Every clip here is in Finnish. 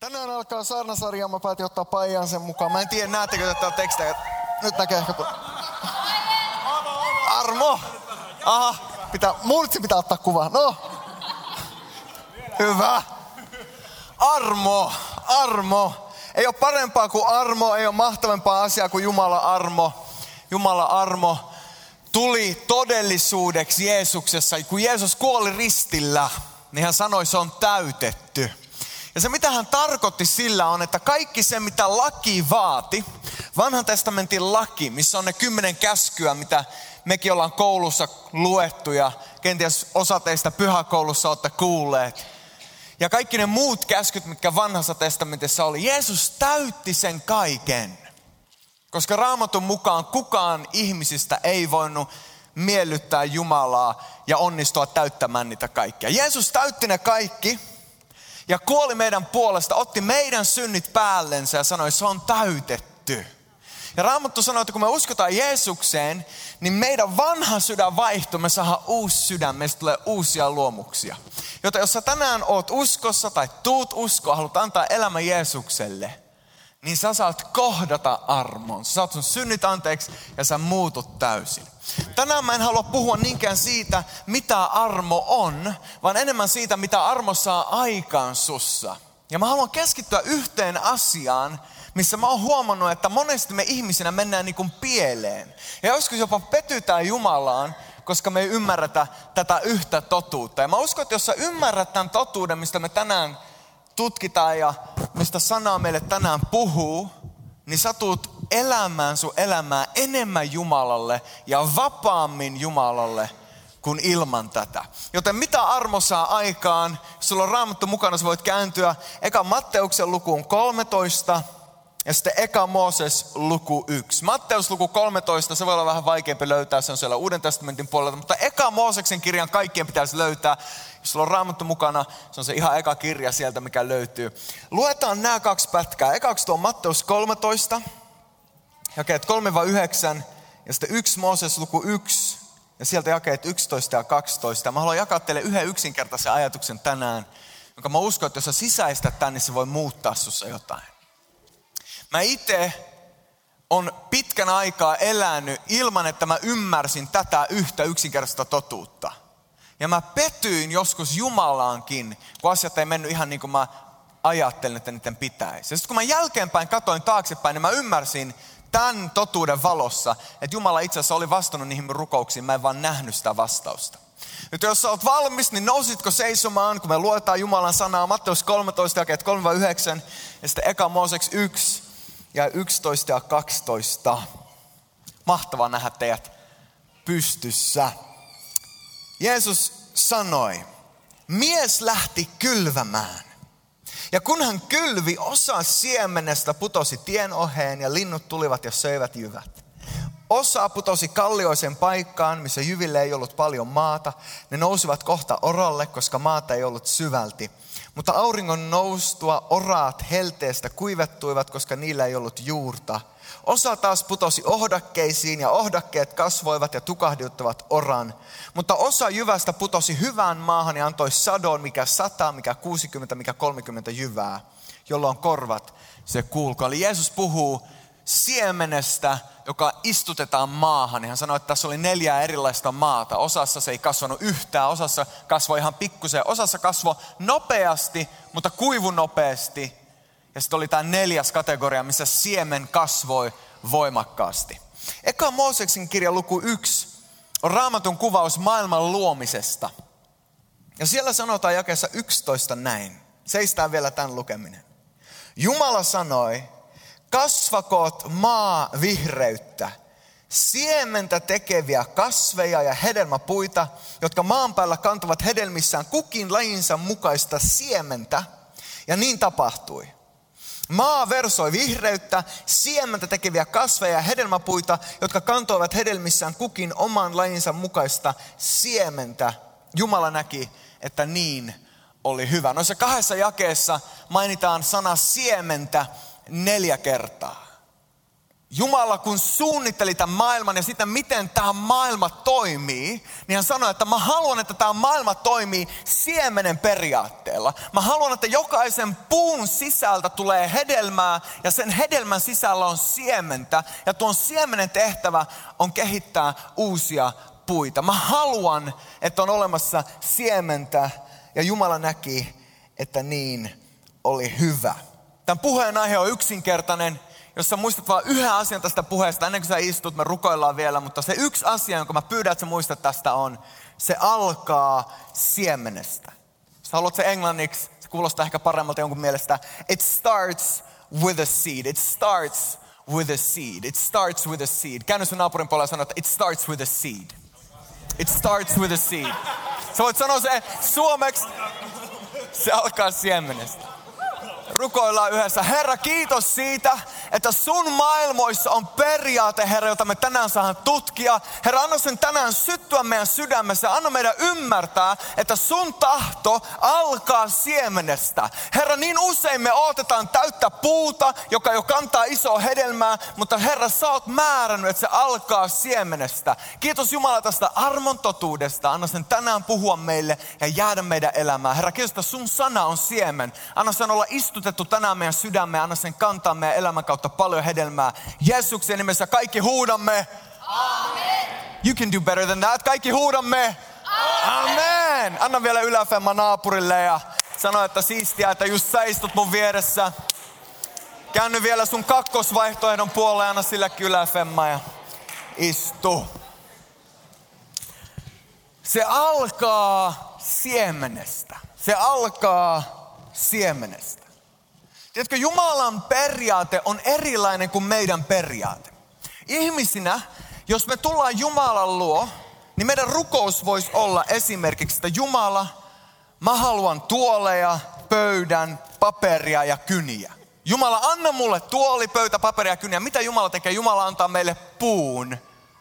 Tänään alkaa saarnasarja, mä päätin ottaa paijan sen mukaan. Mä en tiedä, näettekö tätä tekstejä. Nyt näkee ehkä. Armo! Aha, multsi pitää ottaa kuva. No. Hyvä. Armo. Ei ole parempaa kuin armo, ei ole mahtavampaa asiaa kuin Jumalan armo. Jumalan armo tuli todellisuudeksi Jeesuksessa. Kun Jeesus kuoli ristillä, niin hän sanoi, se on täytetty. Ja se mitä hän tarkoitti sillä on, että kaikki se mitä laki vaati, vanhan testamentin laki, missä on ne 10 käskyä, mitä mekin ollaan koulussa luettu ja kenties osa teistä pyhäkoulussa olette kuulleet. Ja kaikki ne muut käskyt, mitkä vanhassa testamentissa oli, Jeesus täytti sen kaiken. Koska Raamatun mukaan kukaan ihmisistä ei voinut miellyttää Jumalaa ja onnistua täyttämään niitä kaikkia. Jeesus täytti ne kaikki. Ja kuoli meidän puolesta, otti meidän synnit päällensä ja sanoi, se on täytetty. Ja Raamattu sanoi, että kun me uskotaan Jeesukseen, niin meidän vanha sydän vaihtuu, me saadaan uusi sydän, meistä tulee uusia luomuksia. Joten jos sä tänään oot uskossa tai tuut uskoa, haluat antaa elämä Jeesukselle, niin sä saat kohdata armon. Sä saat sun synnit anteeksi ja sä muutut täysin. Tänään mä en halua puhua niinkään siitä, mitä armo on, vaan enemmän siitä, mitä armo saa aikaan sussa. Ja mä haluan keskittyä yhteen asiaan, missä mä oon huomannut, että monesti me ihmisinä mennään niin kuin pieleen. Ja joskus jopa petytään Jumalaan, koska me ei ymmärretä tätä yhtä totuutta. Ja mä uskon, että jos sä ymmärrät tämän totuuden, mistä me tänään tutkitaan ja mistä sana meille tänään puhuu, niin sä tuut elämään sun elämää enemmän Jumalalle ja vapaammin Jumalalle kuin ilman tätä. Joten mitä armo saa aikaan? Jos sulla on Raamattu mukana, sä voit kääntyä eka Matteuksen lukuun 13 ja sitten eka Mooses luku 1. Matteus luku 13, se voi olla vähän vaikeampi löytää, se on siellä Uuden testamentin puolelta, mutta eka Mooseksen kirjan kaikkien pitäisi löytää. Jos sulla on Raamattu mukana, se on se ihan eka kirja sieltä, mikä löytyy. Luetaan nämä 2 pätkää. Ekaksi tuo Matteus 13, jakeet 3-9 ja sitten 1 Mooses luku 1 ja sieltä jakeet 11 ja 12. Mä haluan jakaa teille yhden yksinkertaisen ajatuksen tänään, jonka mä uskon, että jos sä sisäistät tämän, niin se voi muuttaa sussa jotain. Mä itse on pitkän aikaa elänyt ilman, että mä ymmärsin tätä yhtä yksinkertaista totuutta. Ja mä petyin joskus Jumalaankin, kun asiat ei mennyt ihan niin kuin mä ajattelin, että niiden pitäisi. Ja sitten kun mä jälkeenpäin katoin taaksepäin, niin mä ymmärsin tämän totuuden valossa, että Jumala itse asiassa oli vastannut niihin rukouksiin, mä en vaan nähnyt sitä vastausta. Nyt jos sä oot valmis, niin nousitko seisomaan, kun me luetaan Jumalan sanaa, Matteus 13, jakeet 3-9, ja sitten eka Mooseks 1, ja 11 ja 12. Mahtavaa nähdä teidät pystyssä. Jeesus sanoi, mies lähti kylvämään. Ja kun hän kylvi, osa siemenestä putosi tien oheen ja linnut tulivat ja söivät jyvät. Osa putosi kallioisen paikkaan, missä jyville ei ollut paljon maata. Ne nousivat kohta oralle, koska maata ei ollut syvälti. Mutta auringon noustua oraat helteestä kuivettuivat, koska niillä ei ollut juurta. Osa taas putosi ohdakkeisiin ja ohdakkeet kasvoivat ja tukahduttavat oran. Mutta osa jyvästä putosi hyvään maahan ja antoi sadon, mikä 100, mikä 60, mikä 30 jyvää, jolla on korvat, se kuulkaa. Eli Jeesus puhuu siemenestä, joka istutetaan maahan. Ja hän sanoi, että tässä oli 4 erilaista maata. Osassa se ei kasvanut yhtään, osassa kasvoi ihan pikkusen, osassa kasvoi nopeasti, mutta kuivu nopeasti. Ja sitten oli tämä 4. kategoria, missä siemen kasvoi voimakkaasti. Eka Mooseksen kirja luku 1 on Raamatun kuvaus maailman luomisesta. Ja siellä sanotaan jakeessa 11 näin. Seistään vielä tämän lukeminen. Jumala sanoi, kasvakoot maa vihreyttä, siementä tekeviä kasveja ja hedelmäpuita, jotka maan päällä kantavat hedelmissään kukin lajinsa mukaista siementä. Ja niin tapahtui. Maa versoi vihreyttä, siementä tekeviä kasveja ja hedelmäpuita, jotka kantoivat hedelmissään kukin oman lajinsa mukaista siementä. Jumala näki, että niin oli hyvä. Noissa 2 jakeessa mainitaan sana siementä 4 kertaa. Jumala kun suunnitteli tämän maailman ja sitten miten tämä maailma toimii, niin hän sanoi, että mä haluan, että tämä maailma toimii siemenen periaatteella. Mä haluan, että jokaisen puun sisältä tulee hedelmää ja sen hedelmän sisällä on siementä. Ja tuon siemenen tehtävä on kehittää uusia puita. Mä haluan, että on olemassa siementä ja Jumala näki, että niin oli hyvä. Tämän puheen aihe on yksinkertainen. Jos sä muistat vaan yhden asian tästä puheesta, ennen kuin sä istut, me rukoillaan vielä, mutta se yksi asia, jonka mä pyydän, että sä muistat tästä on, se alkaa siemenestä. Jos haluat se englanniksi, se kuulostaa ehkä paremmalta jonkun mielestä. It starts with a seed. It starts with a seed. It starts with a seed. Käänny sun naapurin puolella ja sano, että it starts with a seed. It starts with a seed. Sä voit sanoa se suomeksi, se alkaa siemenestä. Rukoillaan yhdessä. Herra, kiitos siitä, että sun maailmoissa on periaate, Herra, jota me tänään saadaan tutkia. Herra, anna sen tänään syttyä meidän sydämessä. Anna meidän ymmärtää, että sun tahto alkaa siemenestä. Herra, niin usein me odotetaan täyttä puuta, joka jo kantaa isoa hedelmää, mutta Herra, sä oot määrännyt, että se alkaa siemenestä. Kiitos Jumala tästä armon totuudesta. Anna sen tänään puhua meille ja jäädä meidän elämään. Herra, kiitos, että sun sana on siemen. Anna sen olla istutettu tänään meidän sydämeen. Anna sen kantaa meidän elämän kautta paljon hedelmää. Jeesuksen nimessä kaikki huudamme. Amen. You can do better than that. Kaikki huudamme. Amen. Anna vielä yläfemma naapurille ja sano, että siistiä, että just sä istut mun vieressä. Käänny vielä sun kakkosvaihtoehdon puolelle, anna sillekin yläfemma ja istu. Se alkaa siemenestä. Se alkaa siemenestä. Tiedätkö, Jumalan periaate on erilainen kuin meidän periaate. Ihmisinä, jos me tullaan Jumalan luo, niin meidän rukous voisi olla esimerkiksi, että Jumala, mä haluan tuoleja, pöydän, paperia ja kyniä. Jumala, anna mulle tuoli, pöytä, paperia ja kyniä. Mitä Jumala tekee? Jumala antaa meille puun.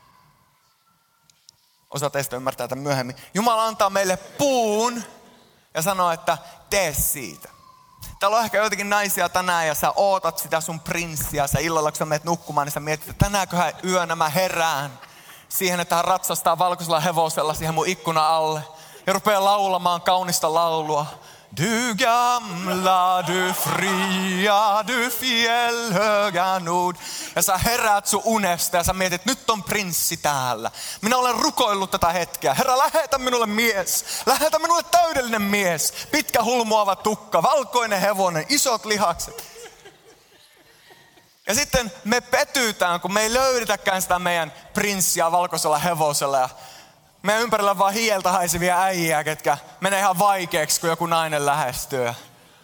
Osa teistä ymmärtää tämän myöhemmin. Jumala antaa meille puun ja sanoo, että tee siitä. Täällä on ehkä joitakin naisia tänään ja sä ootat sitä sun prinssiä. Sä illalla, kun sä menet nukkumaan, niin sä mietit, että tänäänköhän yönä mä herään siihen, että hän ratsastaa valkoisella hevosella siihen mun ikkuna alle. Ja rupeaa laulamaan kaunista laulua. Du gamla, du fria, du fjällhöga nord. Ja sä heräät sun unesta ja sä mietit, nyt on prinssi täällä. Minä olen rukoillut tätä hetkeä. Herra, lähetä minulle mies. Lähetä minulle täydellinen mies. Pitkä hulmuava tukka, valkoinen hevonen, isot lihakset. Ja sitten me petytään, kun me ei löydetäkään sitä meidän prinssiä valkoisella hevosella. Ja meidän ympärillä vaan hieltä haisevia äijiä, ketkä menee ihan vaikeaksi, kun joku nainen lähestyy.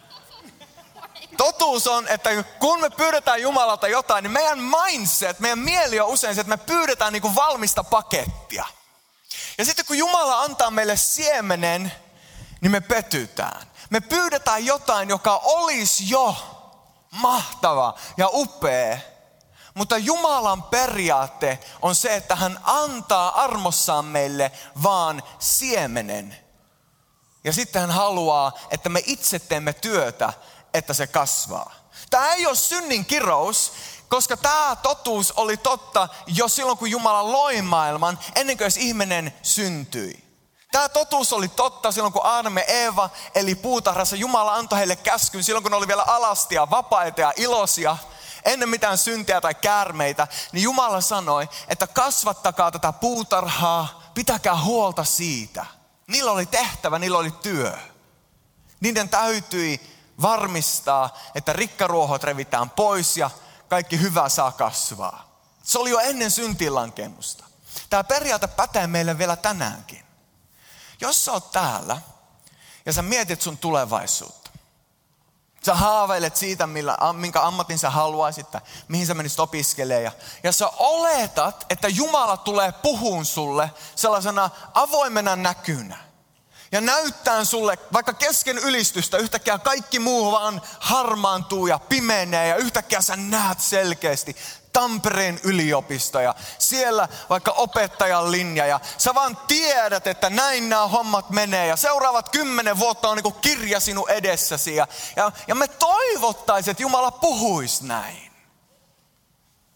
Totuus on, että kun me pyydetään Jumalalta jotain, niin meidän mindset, meidän mieli on usein se, että me pyydetään niin kuin valmista pakettia. Ja sitten kun Jumala antaa meille siemenen, niin me petytään. Me pyydetään jotain, joka olisi jo mahtava ja upea. Mutta Jumalan periaate on se, että hän antaa armossaan meille vaan siemenen. Ja sitten hän haluaa, että me itse teemme työtä, että se kasvaa. Tämä ei ole synnin kirous, koska tämä totuus oli totta jo silloin, kun Jumala loi maailman, ennen kuin edes ihminen syntyi. Tämä totuus oli totta silloin, kun Aadam ja Eeva eli puutarhassa. Jumala antoi heille käskyn silloin, kun ne oli vielä alastia, vapaita ja iloisia. Ennen mitään syntiä tai käärmeitä, niin Jumala sanoi, että kasvattakaa tätä puutarhaa, pitäkää huolta siitä. Niillä oli tehtävä, niillä oli työ. Niiden täytyi varmistaa, että rikkaruohot revitään pois ja kaikki hyvä saa kasvaa. Se oli jo ennen syntiinlankemusta. Tämä periaate pätee meille vielä tänäänkin. Jos sä oot täällä ja sä mietit sun tulevaisuutta. Sä haaveilet siitä, minkä ammatin sä haluaisit tai mihin sä menisit opiskelemaan. Ja sä oletat, että Jumala tulee puhuun sulle sellaisena avoimena näkynä. Ja näyttää sulle, vaikka kesken ylistystä, yhtäkkiä kaikki muu vaan harmaantuu ja pimenee. Ja yhtäkkiä sä näet selkeästi Tampereen yliopisto ja siellä vaikka opettajan linja. Ja sä vaan tiedät, että näin nämä hommat menee. Ja seuraavat 10 vuotta on niin kuin kirja sinun edessäsi. Ja me toivottaisiin, että Jumala puhuisi näin.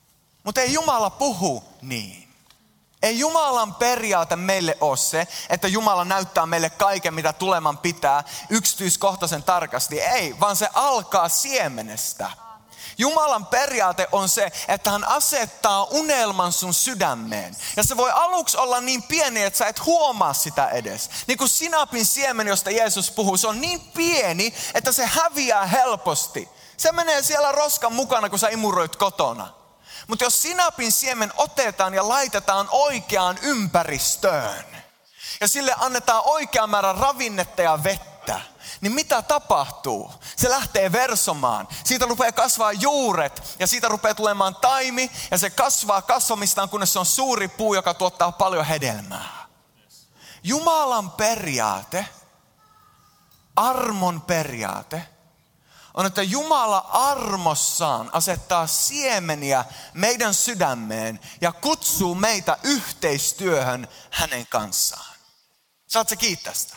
Mutta ei Jumala puhu niin. Ei Jumalan periaate meille ole se, että Jumala näyttää meille kaiken, mitä tuleman pitää, yksityiskohtaisen tarkasti. Ei, vaan se alkaa siemenestä. Jumalan periaate on se, että hän asettaa unelman sun sydämeen. Ja se voi aluksi olla niin pieni, että sä et huomaa sitä edes. Niin kuin sinapin siemen, josta Jeesus puhuu, se on niin pieni, että se häviää helposti. Se menee siellä roskan mukana, kun sä imuroit kotona. Mutta jos sinapin siemen otetaan ja laitetaan oikeaan ympäristöön ja sille annetaan oikea määrä ravinnetta ja vettä, niin mitä tapahtuu? Se lähtee versomaan. Siitä rupeaa kasvaa juuret ja siitä rupeaa tulemaan taimi ja se kasvaa kasvamistaan, kunnes se on suuri puu, joka tuottaa paljon hedelmää. Jumalan periaate, armon periaate, on, että Jumala armossaan asettaa siemeniä meidän sydämeen ja kutsuu meitä yhteistyöhön hänen kanssaan. Saat sä kiittää sitä?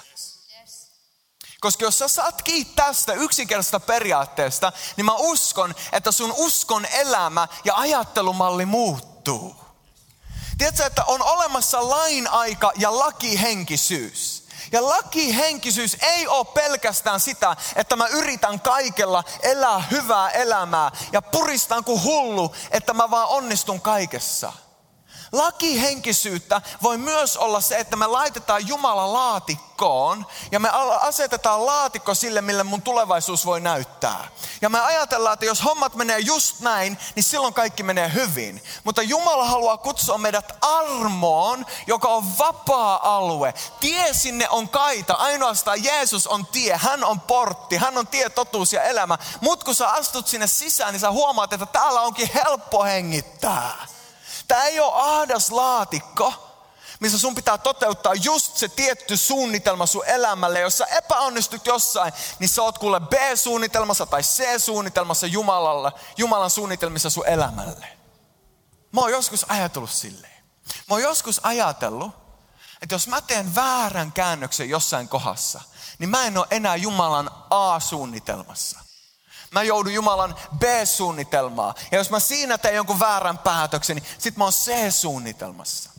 Koska jos sä saat kiittää tästä yksinkertaisesta periaatteesta, niin mä uskon, että sun uskon elämä ja ajattelumalli muuttuu. Tiedätkö, että on olemassa lain aika ja lakihenkisyys. Ja lakihenkisyys ei ole pelkästään sitä, että mä yritän kaikella elää hyvää elämää ja puristan kuin hullu, että mä vaan onnistun kaikessa. Lakihenkisyyttä voi myös olla se, että me laitetaan Jumala laatikkoon ja me asetetaan laatikko sille, mille mun tulevaisuus voi näyttää. Ja me ajatellaan, että jos hommat menee just näin, niin silloin kaikki menee hyvin. Mutta Jumala haluaa kutsua meidät armoon, joka on vapaa alue. Tie sinne on kaita, ainoastaan Jeesus on tie, hän on portti, hän on tie, totuus ja elämä. Mutta kun sä astut sinne sisään, niin sä huomaat, että täällä onkin helppo hengittää. Tämä ei ole ahdas laatikko, missä sun pitää toteuttaa just se tietty suunnitelma sun elämälle. Jos sä epäonnistut jossain, niin sä oot kuule B-suunnitelmassa tai C-suunnitelmassa Jumalan suunnitelmissa sun elämälle. Mä oon joskus ajatellut silleen. Mä oon joskus ajatellut, että jos mä teen väärän käännöksen jossain kohdassa, niin mä en ole enää Jumalan A-suunnitelmassa. Mä joudun Jumalan B-suunnitelmaa. Ja jos mä siinä teen jonkun väärän päätöksen, niin sit mä oon C-suunnitelmassa.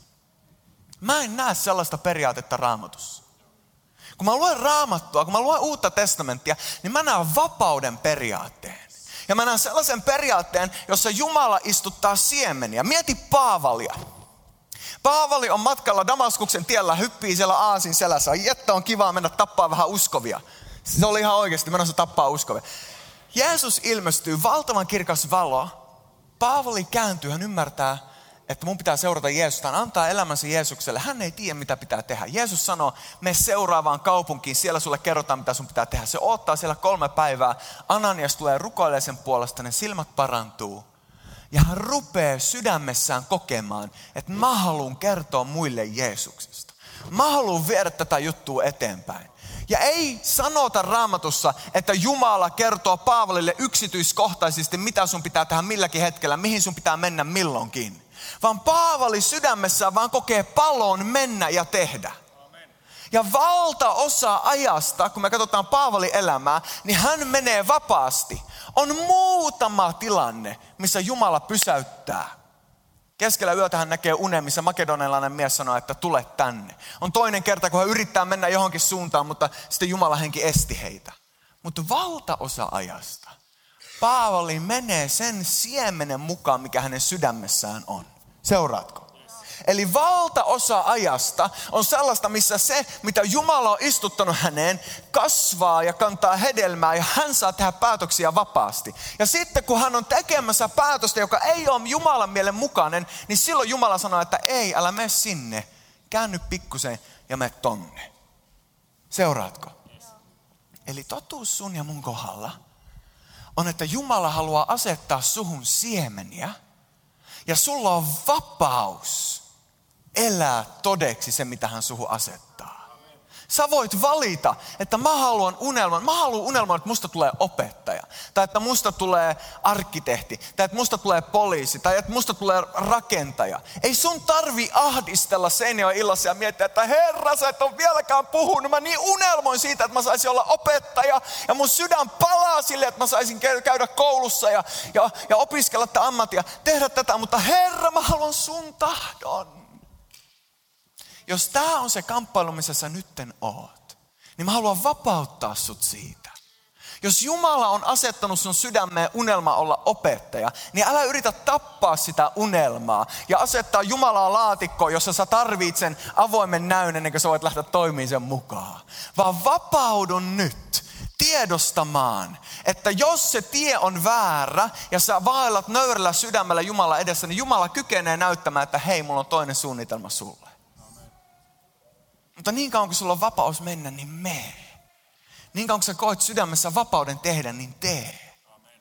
Mä en näe sellaista periaatetta Raamatussa. Kun mä luen Raamattua, kun mä luen Uutta testamenttia, niin mä näen vapauden periaatteen. Ja mä näen sellaisen periaatteen, jossa Jumala istuttaa siemeniä. Mieti Paavalia. Paavali on matkalla Damaskuksen tiellä, hyppii siellä aasin selässä. Jettä on kivaa mennä tappaa vähän uskovia. Se oli ihan oikeasti menossa tappaa uskovia. Jeesus ilmestyy, valtavan kirkas valo. Paavali kääntyy, hän ymmärtää, että mun pitää seurata Jeesusta. Hän antaa elämänsä Jeesukselle. Hän ei tiedä, mitä pitää tehdä. Jeesus sanoo, mene seuraavaan kaupunkiin, siellä sulle kerrotaan, mitä sun pitää tehdä. Se odottaa siellä 3 päivää. Ananias tulee rukoilemaan sen puolesta, ne silmät parantuu. Ja hän rupeaa sydämessään kokemaan, että mä haluan kertoa muille Jeesuksesta. Mä haluan viedä tätä juttua eteenpäin. Ja ei sanota Raamatussa, että Jumala kertoo Paavalille yksityiskohtaisesti, mitä sun pitää tehdä milläkin hetkellä, mihin sun pitää mennä milloinkin. Vaan Paavali sydämessään vaan kokee palon mennä ja tehdä. Amen. Ja valtaosa ajasta, kun me katsotaan Paavalin elämää, niin hän menee vapaasti. On muutama tilanne, missä Jumala pysäyttää. Keskellä yötä hän näkee unen, missä makedonialainen mies sanoo, että tule tänne. On toinen kerta, kun hän yrittää mennä johonkin suuntaan, mutta sitten Jumalan henki esti heitä. Mutta valtaosa ajasta Paavali menee sen siemenen mukaan, mikä hänen sydämessään on. Seuraatko? Eli valtaosa ajasta on sellaista, missä se, mitä Jumala on istuttanut häneen, kasvaa ja kantaa hedelmää ja hän saa tehdä päätöksiä vapaasti. Ja sitten kun hän on tekemässä päätöstä, joka ei ole Jumalan mielen mukainen, niin silloin Jumala sanoo, että ei, älä mene sinne. Käänny pikkusen ja mene tonne. Seuraatko? Eli totuus sun ja mun kohdalla on, että Jumala haluaa asettaa suhun siemeniä ja sulla on vapaus elää todeksi se, mitä hän suhun asettaa. Sä voit valita, että mä haluan unelman, että musta tulee opettaja. Tai että musta tulee arkkitehti. Tai että musta tulee poliisi. Tai että musta tulee rakentaja. Ei sun tarvi ahdistella Seinäjoen illassa ja miettiä, että Herra, sä et ole vieläkään puhunut. Mä niin unelmoin siitä, että mä saisin olla opettaja. Ja mun sydän palaa sille, että mä saisin käydä koulussa ja opiskella tätä ammattia. Tehdä tätä, mutta Herra, mä haluan sun tahdon. Jos tää on se kamppailu, missä sä nytten oot, niin mä haluan vapauttaa sut siitä. Jos Jumala on asettanut sun sydämeen unelma olla opettaja, niin älä yritä tappaa sitä unelmaa ja asettaa Jumalaa laatikkoon, jossa sä tarvit sen avoimen näyn ennen kuin sä voit lähteä toimimaan sen mukaan. Vaan vapaudun nyt tiedostamaan, että jos se tie on väärä ja sä vaellat nöyrällä sydämellä Jumala edessä, niin Jumala kykenee näyttämään, että hei, mulla on toinen suunnitelma sulle. Mutta niin kauan kun sulla on vapaus mennä, niin mee. Niin kauan kun sä koet sydämessä vapauden tehdä, niin tee.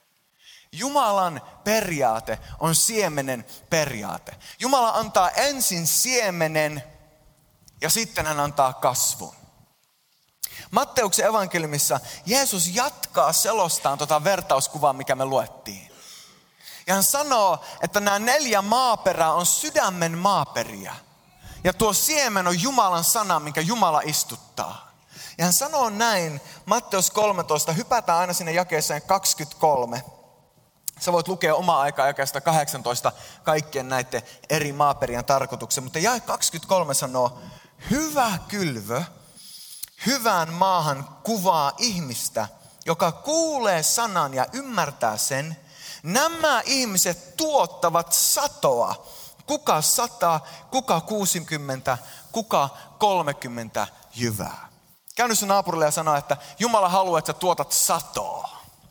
Jumalan periaate on siemenen periaate. Jumala antaa ensin siemenen ja sitten hän antaa kasvun. Matteuksen evankeliumissa Jeesus jatkaa selostaan tuota vertauskuvaa, mikä me luettiin. Ja hän sanoo, että nämä 4 maaperää on sydämen maaperiä. Ja tuo siemen on Jumalan sana, minkä Jumala istuttaa. Ja hän sanoo näin, Matteus 13, hypätään aina sinne jakeeseen 23. Sä voit lukea omaa aikaa jakeesta 18 kaikkien näiden eri maaperien tarkoituksen. Mutta jae 23 sanoo, hyvä kylvö hyvään maahan kuvaa ihmistä, joka kuulee sanan ja ymmärtää sen. Nämä ihmiset tuottavat satoa. Kuka 100, kuka 60, kuka 30 jyvää. Käy nyt sun naapurille ja sano, että Jumala haluaa, että sä tuotat satoa.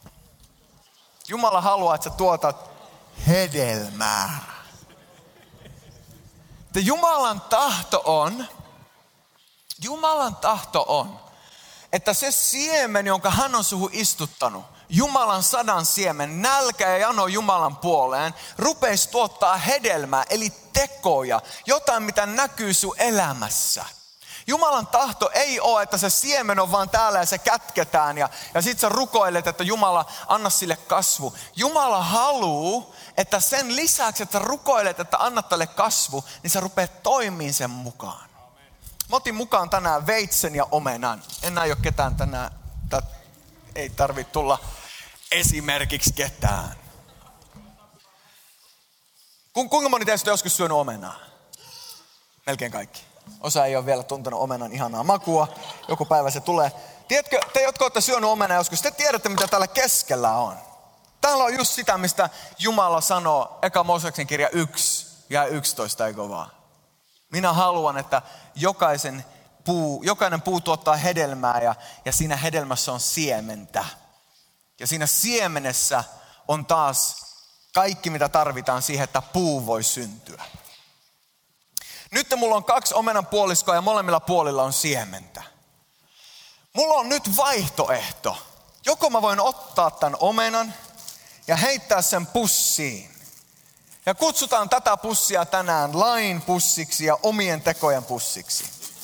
Jumala haluaa, että sä tuotat hedelmää. Että Jumalan tahto on, että se siemen, jonka hän on suhun istuttanut, Jumalan sadan siemen, nälkä ja jano Jumalan puoleen, rupeisi tuottaa hedelmää, eli tekoja, jotain mitä näkyy sun elämässä. Jumalan tahto ei ole, että se siemen on vaan täällä ja se kätketään ja sit sä rukoilet, että Jumala anna sille kasvu. Jumala haluaa, että sen lisäksi, että sä rukoilet, että anna tälle kasvu, niin sä rupeat toimimaan sen mukaan. Mä otin mukaan tänään veitsen ja omenan. En aio ketään tänään, ei tarvitse tulla esimerkiksi ketään. Kuinka moni teistä on joskus syönyt omenaa? Melkein kaikki. Osa ei ole vielä tuntenut omenan ihanaa makua. Joku päivä se tulee. Tiedätkö, te jotka olette syönyt omenaa joskus, te tiedätte mitä täällä keskellä on. Täällä on just sitä, mistä Jumala sanoo, eka Mooseksen kirja 1 ja 11, eikö vaan? Minä haluan, että jokainen puu tuottaa hedelmää ja siinä hedelmässä on siementä. Ja siinä siemenessä on taas kaikki, mitä tarvitaan siihen, että puu voi syntyä. Nyt mulla on 2 omenan puoliskoa ja molemmilla puolilla on siementä. Mulla on nyt vaihtoehto. Joko mä voin ottaa tämän omenan ja heittää sen pussiin. Ja kutsutaan tätä pussia tänään lain pussiksi ja omien tekojen pussiksi.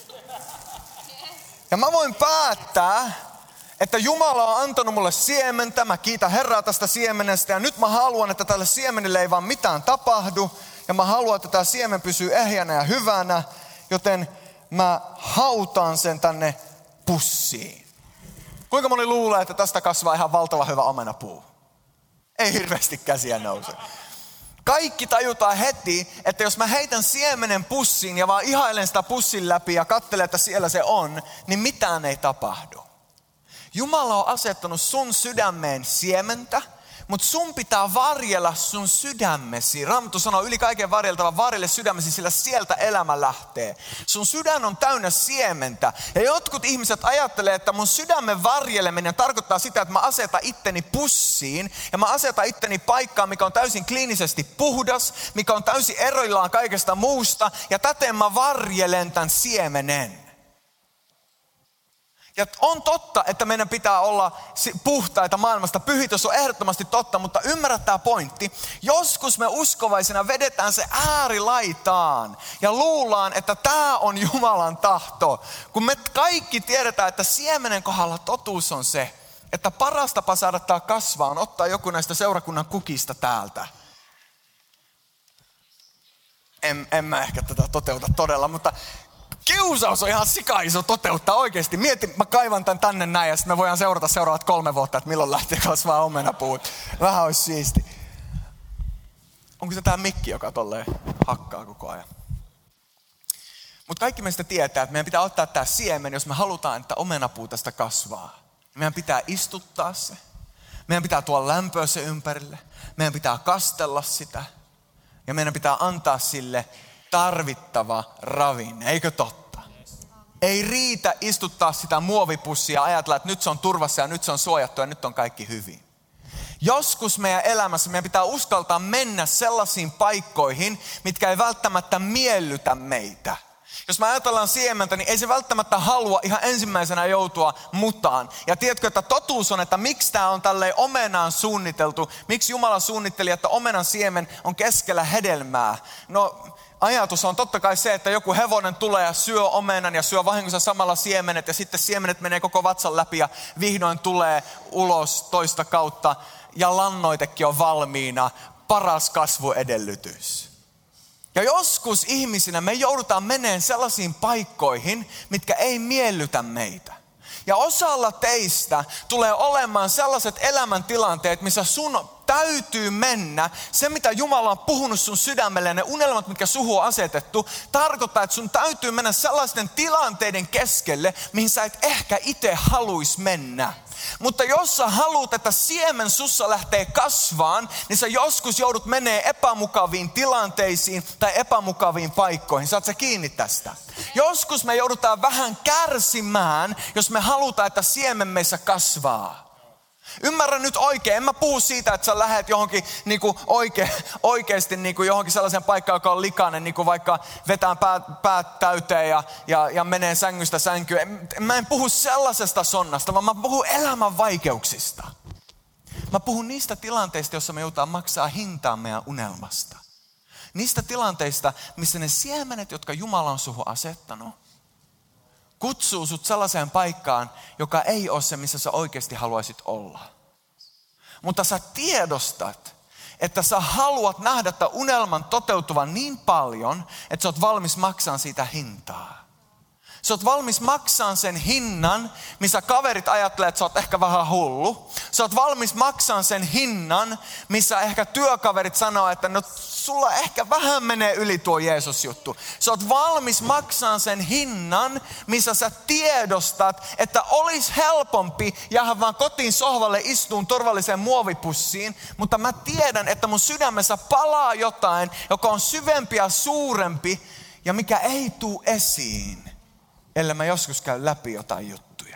Ja mä voin päättää, että Jumala on antanut mulle siementä. Mä kiitän Herraa tästä siemenestä ja nyt mä haluan, että tälle siemenelle ei vaan mitään tapahdu. Ja mä haluan, että tämä siemen pysyy ehjänä ja hyvänä, joten mä hautaan sen tänne pussiin. Kuinka moni luulee, että tästä kasvaa ihan valtava hyvä omenapuu? Ei hirveästi käsiä nouse. Kaikki tajutaan heti, että jos mä heitän siemenen pussiin ja vaan ihailen sitä pussin läpi ja katselen, että siellä se on, niin mitään ei tapahdu. Jumala on asettanut sun sydämeen siementä, mutta sun pitää varjella sun sydämesi. Raamattu sanoo yli kaiken varjeltava, varjelle sydämesi, sillä sieltä elämä lähtee. Sun sydän on täynnä siementä. Ja jotkut ihmiset ajattelee, että mun sydämen varjeleminen tarkoittaa sitä, että mä asetan itteni pussiin. Ja mä asetan itteni paikkaan, mikä on täysin kliinisesti puhdas, mikä on täysin eroillaan kaikesta muusta. Ja täten mä varjelen tämän siemenen. Ja on totta, että meidän pitää olla puhtaita maailmasta. Pyhitys on ehdottomasti totta, mutta ymmärrä tämä pointti. Joskus me uskovaisina vedetään se äärilaitaan ja luullaan, että tämä on Jumalan tahto. Kun me kaikki tiedetään, että siemenen kohdalla totuus on se, että paras tapa saada tämä kasvaa on ottaa joku näistä seurakunnan kukista täältä. En mä ehkä tätä toteuta todella, mutta kiusaus on ihan sikaiso toteuttaa oikeasti. Mieti, mä kaivan tän tänne näin ja sitten me voidaan seurata seuraavat 3 vuotta, että milloin lähtee kasvaa omenapuut. Vähän olisi siisti. Onko se tää mikki, joka tolleen hakkaa koko ajan? Mutta kaikki meistä tietää, että meidän pitää ottaa tää siemen, jos me halutaan, että omenapuu tästä kasvaa. Meidän pitää istuttaa se. Meidän pitää tuoda lämpöä se ympärille. Meidän pitää kastella sitä. Ja meidän pitää antaa sille tarvittava ravinne, eikö totta? Ei riitä istuttaa sitä muovipussia ja ajatella, että nyt se on turvassa ja nyt se on suojattu ja nyt on kaikki hyvin. Joskus meidän elämässä meidän pitää uskaltaa mennä sellaisiin paikkoihin, mitkä ei välttämättä miellytä meitä. Jos me ajatellaan siementä, niin ei se välttämättä halua ihan ensimmäisenä joutua mutaan. Ja tiedätkö, että totuus on, että miksi tämä on tälleen omenaan suunniteltu? Miksi Jumala suunnitteli, että omenan siemen on keskellä hedelmää? No ajatus on totta kai se, että joku hevonen tulee ja syö omenan ja syö vahingossa samalla siemenet. Ja sitten siemenet menee koko vatsan läpi ja vihdoin tulee ulos toista kautta. Ja lannoitekin on valmiina, paras kasvuedellytys. Ja joskus ihmisinä me joudutaan menemään sellaisiin paikkoihin, mitkä ei miellytä meitä. Ja osalla teistä tulee olemaan sellaiset elämäntilanteet, missä sun täytyy mennä. Se, mitä Jumala on puhunut sun sydämelle ja ne unelmat, mitkä suhu on asetettu, tarkoittaa, että sun täytyy mennä sellaisten tilanteiden keskelle, mihin sä et ehkä itse haluisi mennä. Mutta jos sä haluat, että siemen sussa lähtee kasvaan, niin sä joskus joudut menee epämukaviin tilanteisiin tai epämukaviin paikkoihin. Saat sä kiinni tästä? Joskus me joudutaan vähän kärsimään, jos me halutaan, että siemen meissä kasvaa. Ymmärrä nyt oikein. En mä puhu siitä, että sä lähdet johonkin oikeasti johonkin sellaiseen paikkaan, joka on likainen, niin kuin vaikka vetään päät täyteen ja menee sängystä sänkyyn. Mä en puhu sellaisesta sonnasta, vaan mä puhun elämän vaikeuksista. Mä puhun niistä tilanteista, joissa me joudutaan maksaa hintaa meidän unelmasta. Niistä tilanteista, missä ne siemenet, jotka Jumala on suhun asettanut, kutsuu sut sellaiseen paikkaan, joka ei ole se, missä sä oikeasti haluaisit olla. Mutta sä tiedostat, että sä haluat nähdä tämän unelman toteutuvan niin paljon, että sä oot valmis maksamaan siitä hintaa. Sä oot valmis maksamaan sen hinnan, missä kaverit ajattelee, että sä oot ehkä vähän hullu. Sä oot valmis maksamaan sen hinnan, missä ehkä työkaverit sanoo, että no sulla ehkä vähän menee yli tuo Jeesus-juttu. Sä oot valmis maksamaan sen hinnan, missä sä tiedostat, että olisi helpompi jäädä vaan kotiin sohvalle istuun turvalliseen muovipussiin, mutta mä tiedän, että mun sydämessä palaa jotain, joka on syvempi ja suurempi ja mikä ei tule esiin, ellei mä joskus käy läpi jotain juttuja.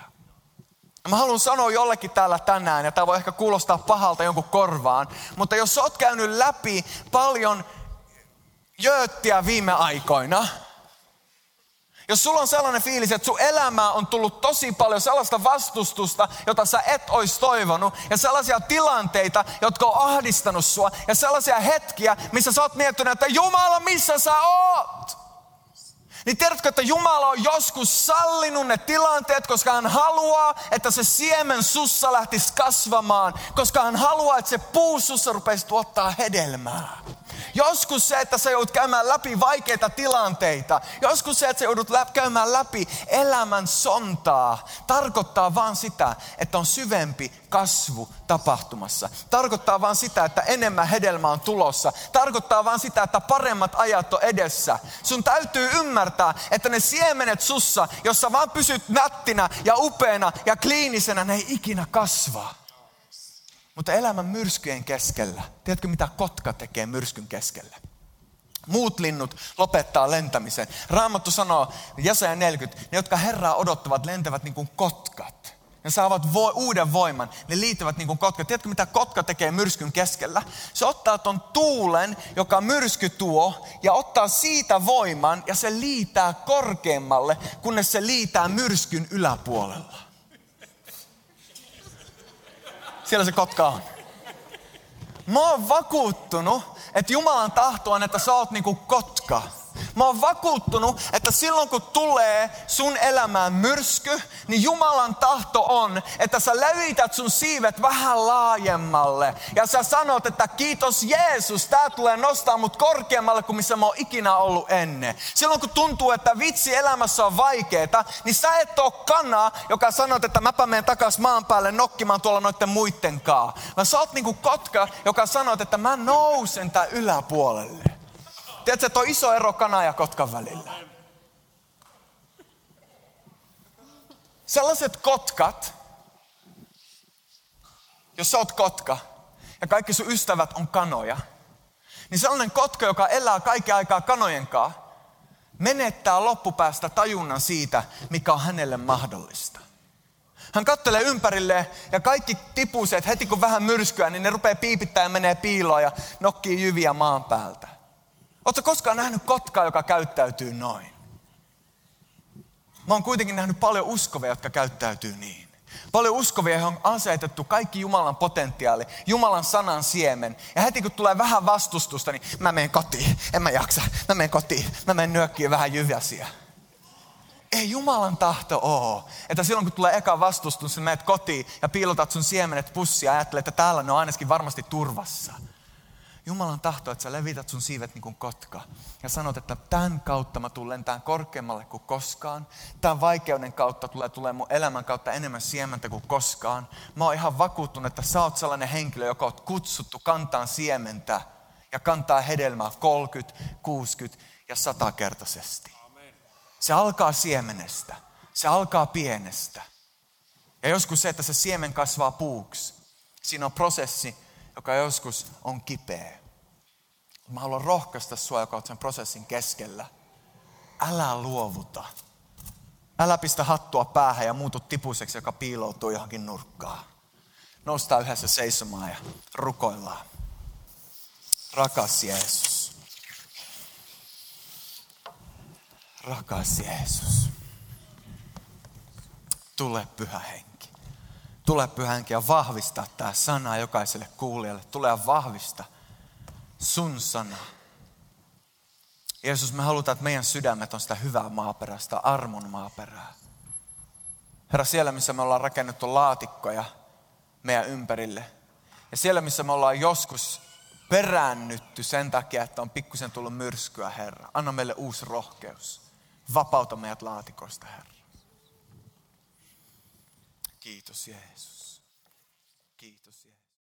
Mä haluan sanoa jollekin täällä tänään, ja tää voi ehkä kuulostaa pahalta jonkun korvaan, mutta jos sä oot käynyt läpi paljon jööttiä viime aikoina, jos sulla on sellainen fiilis, että sun elämään on tullut tosi paljon sellaista vastustusta, jota sä et ois toivonut, ja sellaisia tilanteita, jotka on ahdistanut sua, ja sellaisia hetkiä, missä sä oot miettinyt, että Jumala, missä sä oot? Niin tiedätkö, että Jumala on joskus sallinut ne tilanteet, koska hän haluaa, että se siemen sussa lähtisi kasvamaan. Koska hän haluaa, että se puu sussa rupeisi tuottaa hedelmää. Joskus se, että sä joudut käymään läpi vaikeita tilanteita. Joskus se, että sä joudut käymään läpi elämän sontaa. Tarkoittaa vaan sitä, että on syvempi kasvu tapahtumassa. Tarkoittaa vaan sitä, että enemmän hedelmää on tulossa. Tarkoittaa vaan sitä, että paremmat ajat on edessä. Sun täytyy ymmärtää, että ne siemenet sussa, jossa vaan pysyt nättinä ja upeana ja kliinisenä, ne ei ikinä kasva. Mutta elämän myrskyjen keskellä, tiedätkö mitä kotka tekee myrskyn keskellä? Muut linnut lopettaa lentämisen. Raamattu sanoo, Jesaja 40, ne jotka Herraa odottavat lentävät niin kuin kotkat. Ne saavat uuden voiman, ne liittyvät niin kuin kotka. Tiedätkö mitä kotka tekee myrskyn keskellä? Se ottaa ton tuulen, joka myrsky tuo, ja ottaa siitä voiman ja se liitää korkeammalle, kunnes se liitää myrskyn yläpuolella. Siellä se kotka on. Mä oon vakuuttunut, että Jumalan tahto on, että sä oot niinku kotka. Mä oon vakuuttunut, että silloin kun tulee sun elämään myrsky, niin Jumalan tahto on, että sä levität sun siivet vähän laajemmalle. Ja sä sanot, että kiitos Jeesus, tää tulee nostaa mut korkeammalle kuin missä mä oon ikinä ollut ennen. Silloin kun tuntuu, että vitsi elämässä on vaikeeta, niin sä et oo kana, joka sanot, että mäpä menen takas maan päälle nokkimaan tuolla noitten muittenkaan. Vaan sä oot niinku kotka, joka sanot, että mä nousen tää yläpuolelle. Tiedätkö, että on iso ero kanan ja kotkan välillä. Sellaiset kotkat, jos sä oot kotka ja kaikki sun ystävät on kanoja, niin sellainen kotka, joka elää kaiken aikaa kanojen kanssa, menettää loppupäästä tajunnan siitä, mikä on hänelle mahdollista. Hän katselee ympärilleen ja kaikki tipuset, heti kun vähän myrskyä, niin ne rupeaa piipittämään ja menee piiloon ja nokkii jyviä maan päältä. Oletko koskaan nähnyt kotkaa, joka käyttäytyy noin? Mä oon kuitenkin nähnyt paljon uskovia, jotka käyttäytyy niin. Paljon uskovia, joihin on asetettu kaikki Jumalan potentiaali, Jumalan sanan siemen. Ja heti kun tulee vähän vastustusta, niin mä menen kotiin, en mä jaksa, mä menen kotiin, mä menen nyökkiin vähän jyväsiä. Ei Jumalan tahto oo, että silloin kun tulee eka vastustus, sä menet kotiin ja piilotat sun siemenet pussiin ja ajattelet, että täällä ne on ainakin varmasti turvassa. Jumalan tahto, että sä levität sun siivet niin kuin kotka ja sanot, että tämän kautta mä tulen lentään korkeammalle kuin koskaan. Tämän vaikeuden kautta tulee mun elämän kautta enemmän siementä kuin koskaan. Mä oon ihan vakuuttunut, että sä oot sellainen henkilö, joka oot kutsuttu kantaa siementä ja kantaa hedelmää 30, 60 ja 100-kertaisesti. Se alkaa siemenestä, se alkaa pienestä. Ja joskus se, että se siemen kasvaa puuksi, siinä on prosessi, joka joskus on kipeä. Mä haluan rohkaista sua, joka oot sen prosessin keskellä. Älä luovuta. Älä pistä hattua päähän ja muutu tipuiseksi, joka piiloutuu johonkin nurkkaan. Noustaan yhdessä seisomaan ja rukoillaan. Rakas Jeesus. Rakas Jeesus. Tule Pyhä Henki. Tule Pyhä Henki ja vahvista tämä sana jokaiselle kuulijalle. Tule ja vahvista sun sana. Jeesus, me halutaan, että meidän sydämet on sitä hyvää maaperää, sitä armon maaperää. Herra, siellä missä me ollaan rakennettu laatikkoja meidän ympärille. Ja siellä missä me ollaan joskus peräännytty sen takia, että on pikkusen tullut myrskyä, Herra. Anna meille uusi rohkeus. Vapauta meidät laatikoista, Herra. Kiitos Jeesus. Kiitos Jeesus.